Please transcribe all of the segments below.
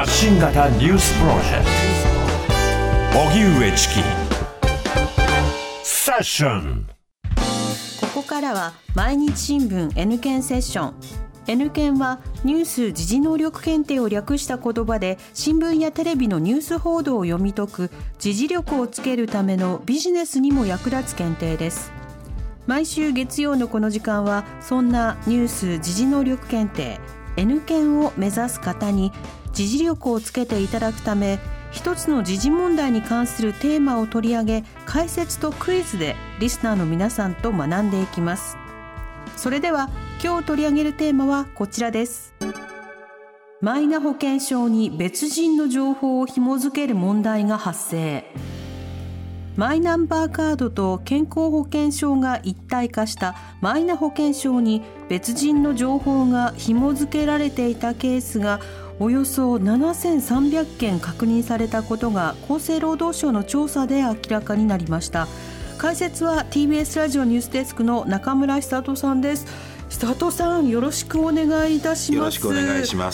発信型ニュースプロジェクト荻上チキセッション。 ここからは毎日新聞 N 検セッション。N 検はニュース時事能力検定を略した言葉で、新聞やテレビのニュース報道を読み解く時事力をつけるためのビジネスにも役立つ検定です。毎週月曜のこの時間は、そんなニュース時事能力検定 N 検を目指す方に時事力をつけていただくため、一つの時事問題に関するテーマを取り上げ、解説とクイズでリスナーの皆さんと学んでいきます。それでは今日取り上げるテーマはこちらです。マイナ保険証に別人の情報を紐付ける問題が発生。マイナンバーカードと健康保険証が一体化したマイナ保険証に別人の情報が紐付けられていたケースがおよそ7300件確認されたことが厚生労働省の調査で明らかになりました。解説は TBS ラジオニュースデスクの中村久人さんです。久人さん、よろしくお願いいたします。 よろしくお願いします。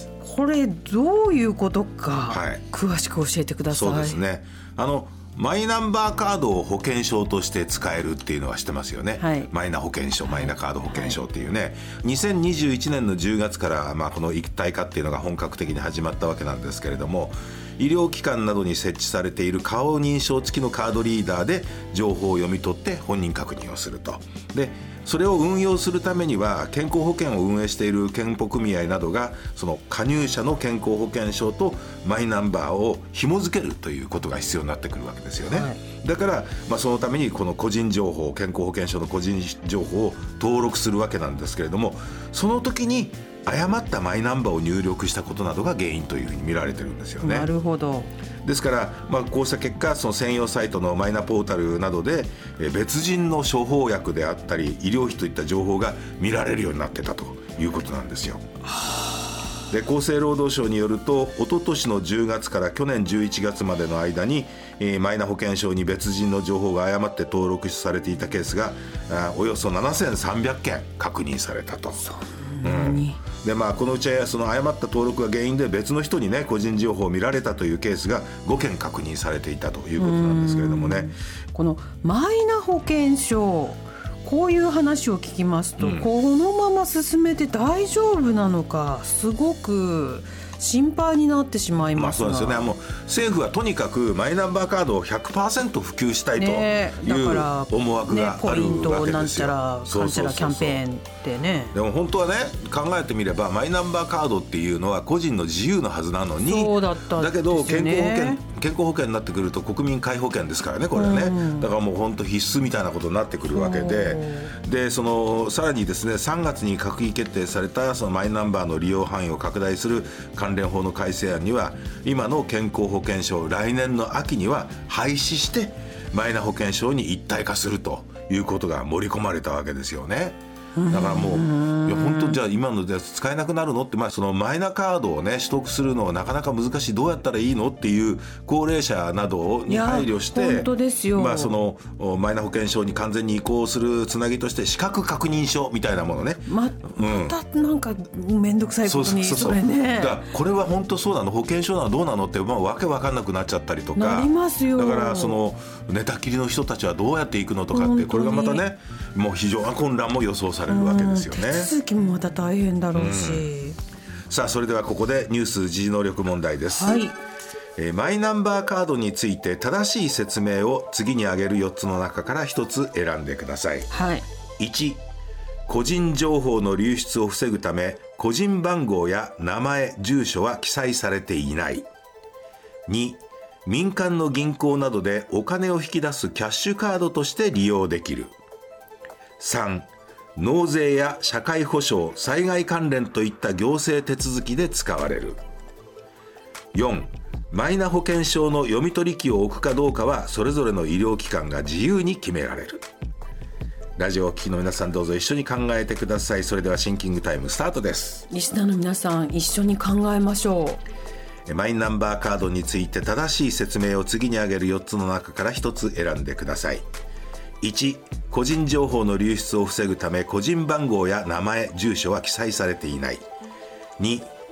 これどういうことか、詳しく教えてください。 そうですね、マイナンバーカードを保険証として使えるっていうのは知ってますよね、マイナ保険証、マイナカード保険証っていうね、2021年の10月から、この一体化っていうのが本格的に始まったわけなんですけれども、医療機関などに設置されている顔認証付きのカードリーダーで情報を読み取って本人確認をすると。でそれを運用するためには、健康保険を運営している健保組合などがその加入者の健康保険証とマイナンバーを紐付けるということが必要になってくるわけですよね、だから、そのためにこの個人情報、健康保険証の個人情報を登録するわけなんですけれども、その時に誤ったマイナンバーを入力したことなどが原因というふうに見られてるんですよね。 なるほど。 ですから、こうした結果、その専用サイトのマイナポータルなどで別人の処方薬であったり医療費といった情報が見られるようになってたということなんですよ。で厚生労働省によると、一昨年の10月から去年11月までの間に、マイナ保険証に別人の情報が誤って登録されていたケースがおよそ7300件確認されたと。でこのうちその誤った登録が原因で別の人にね、個人情報を見られたというケースが5件確認されていたということなんですけれどもね。 このマイナ保険証、こういう話を聞きますと、このまま進めて大丈夫なのか、すごく心配になってしまいますが、 そうですよね。もう政府はとにかくマイナンバーカードを 100% 普及したいという思惑があるわけですよ、 ポイントなんちゃらかんちゃらキャンペーンってね。 でも本当はね、考えてみればマイナンバーカードっていうのは個人の自由のはずなのに、 そうだったんですよね。 だけど健康保険になってくると国民皆保険ですからね、これはね、だからもう本当必須みたいなことになってくるわけで、さらにですね、3月に閣議決定されたそのマイナンバーの利用範囲を拡大する関連法の改正案には、今の健康保険証を来年の秋には廃止してマイナ保険証に一体化するということが盛り込まれたわけですよね。だからもう、いや本当じゃあ今のやつ使えなくなるのって、そのマイナカードをね取得するのはなかなか難しい、どうやったらいいのっていう高齢者などに配慮して、 本当ですよ。 そのマイナ保険証に完全に移行するつなぎとして資格確認書みたいなものね、 またなんか面倒くさいことに、それね、 だからこれは本当そうなの、保険証なのどうなのって、わけわかんなくなっちゃったりとかなりますよ。 だからその寝たきりの人たちはどうやっていくのとかって、これがまたね、もう非常な混乱も予想されるわけですよね。 手続きもまた大変だろうし、 さあそれではここでニュース時事能力問題です、マイナンバーカードについて正しい説明を次に挙げる4つの中から1つ選んでください、1、個人情報の流出を防ぐため個人番号や名前、住所は記載されていない。2、民間の銀行などでお金を引き出すキャッシュカードとして利用できる。3、納税や社会保障、災害関連といった行政手続きで使われる。4、マイナ保険証の読み取り機を置くかどうかはそれぞれの医療機関が自由に決められる。ラジオを聴きの皆さん、どうぞ一緒に考えてください。それではシンキングタイムスタートです。 リスナーの皆さん、一緒に考えましょう。マイナンバーカードについて正しい説明を次に挙げる4つの中から1つ選んでください。1、個人情報の流出を防ぐため個人番号や名前、住所は記載されていない。2、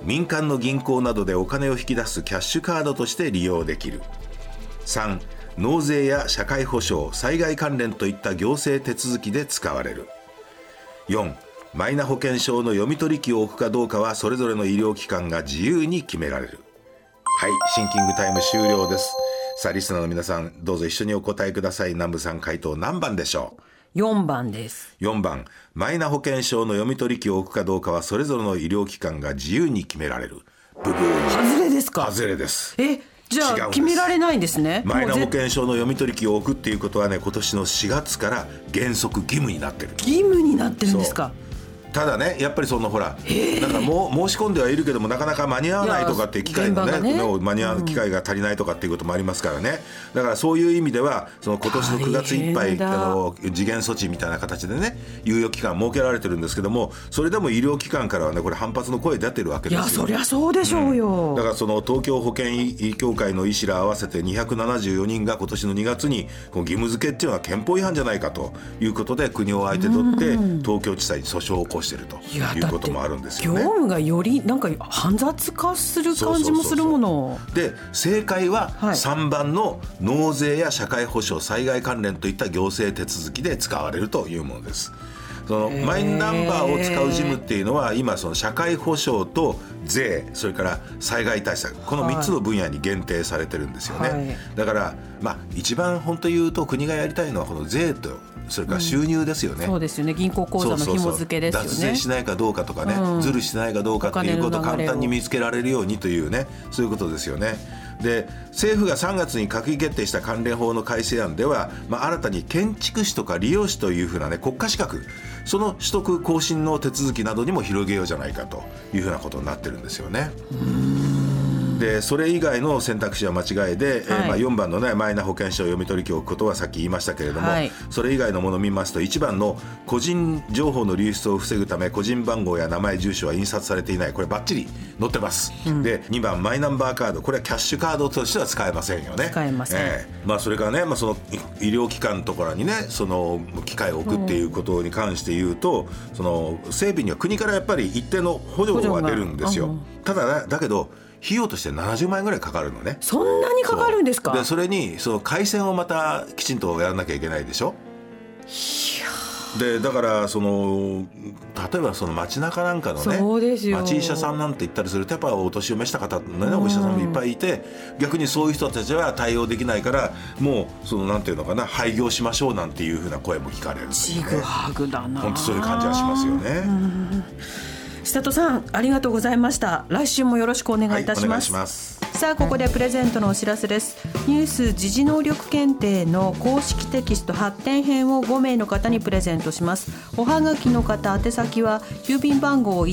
民間の銀行などでお金を引き出すキャッシュカードとして利用できる。3、納税や社会保障、災害関連といった行政手続きで使われる。4、マイナ保険証の読み取り機を置くかどうかはそれぞれの医療機関が自由に決められる。はい、シンキングタイム終了です。さあリスナーの皆さん、どうぞ一緒にお答えください。南部さん、回答何番でしょう。 4番です。 4番、マイナ保険証の読み取り機を置くかどうかはそれぞれの医療機関が自由に決められる。ブブー。 外れですか。 外れです。 じゃあ決められないんですね。 マイナ保険証の読み取り機を置くっていうことはね、今年の4月から原則義務になってる。 義務になってるんですか。 ただね、やっぱりそのほら、なんかもう申し込んではいるけどもなかなか間に合わないとかっていう機会のね、間に合う機会が足りないとかっていうこともありますからね。だからそういう意味ではその今年の9月いっぱい時限措置みたいな形でね、猶予期間設けられてるんですけども、それでも医療機関からはね、これ反発の声出てるわけですよ。 いやそりゃそうでしょうよ。 だからその東京保険医協会の医師ら合わせて274人が今年の2月にこの義務付けっていうのは憲法違反じゃないかということで国を相手取って東京地裁に訴訟を起こしているということもあるんですよね。 業務がよりなんか煩雑化する感じもするもので、正解は3番の納税や社会保障、災害関連といった行政手続きで使われるというものです。そのマイナンバーを使う事務っていうのは今その社会保障と税、それから災害対策、この3つの分野に限定されてるんですよね。だから一番本当言うと国がやりたいのはこの税とそれから収入ですよね。 そうですよね。銀行口座の紐付けですよね。 脱税しないかどうかとかね、ずるしないかどうかっていうことを簡単に見つけられるようにというね、そういうことですよね。で、政府が3月に閣議決定した関連法の改正案では、新たに建築士とか理容師というふうなね、国家資格、その取得更新の手続きなどにも広げようじゃないかというふうなことになってるんですよね。でそれ以外の選択肢は間違いで、4番の、ね、マイナ保険証読み取り機を置くことはさっき言いましたけれども、それ以外のものを見ますと1番の個人情報の流出を防ぐため個人番号や名前住所は印刷されていない、これバッチリ載ってます、で2番マイナンバーカード、これはキャッシュカードとしては使えませんよね。 使えません、 それからね、その医療機関のところにね、その機械を置くっていうことに関して言うと、その整備には国からやっぱり一定の補助が出るんですよ。ただだけど費用として70万円ぐらいかかるのね。 そんなにかかるんですか。 でそれにその回線をまたきちんとやらなきゃいけないでしょ。でだからその例えばその街中なんかのね、町医者さんなんて言ったりするとやっぱお年を召した方のね、お医者さんもいっぱいいて、逆にそういう人たちは対応できないからもうそのなんていうのかな、廃業しましょうなんていうふうな声も聞かれるんですよね。 ちぐはぐだな。 本当そういう感じはしますよね。 久戸さん、ありがとうございました。来週もよろしくお願いいたします。 お願いします。 さあここでプレゼントのお知らせです。ニュース時事能力検定の公式テキスト発展編を5名の方にプレゼントします。おはがきの方、宛先は郵便番号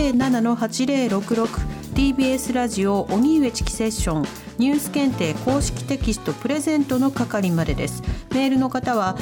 107-8066 TBS ラジオ荻上チキセッションニュース検定公式テキストプレゼントの係までです。メールの方は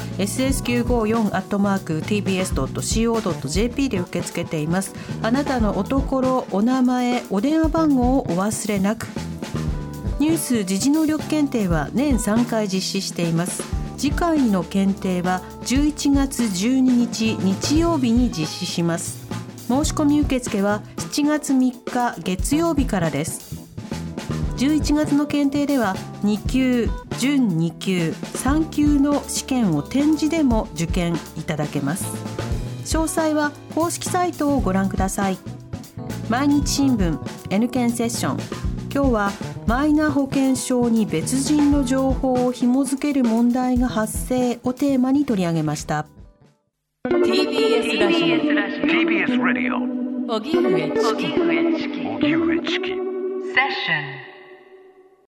ss954@tbs.co.jp で受け付けています。あなたのおところ、お名前、お電話番号をお忘れなく。ニュース時事能力検定は年3回実施しています。次回の検定は11月12日日曜日に実施します。申し込み受付は7月3日月曜日からです。11月の検定では2級、準2級、3級の試験を点字でも受験いただけます。詳細は公式サイトをご覧ください。毎日新聞 N 検セッション、今日はマイナ保険証に別人の情報を紐付ける問題が発生をテーマに取り上げました。 TBS ラジオ荻上チキセッション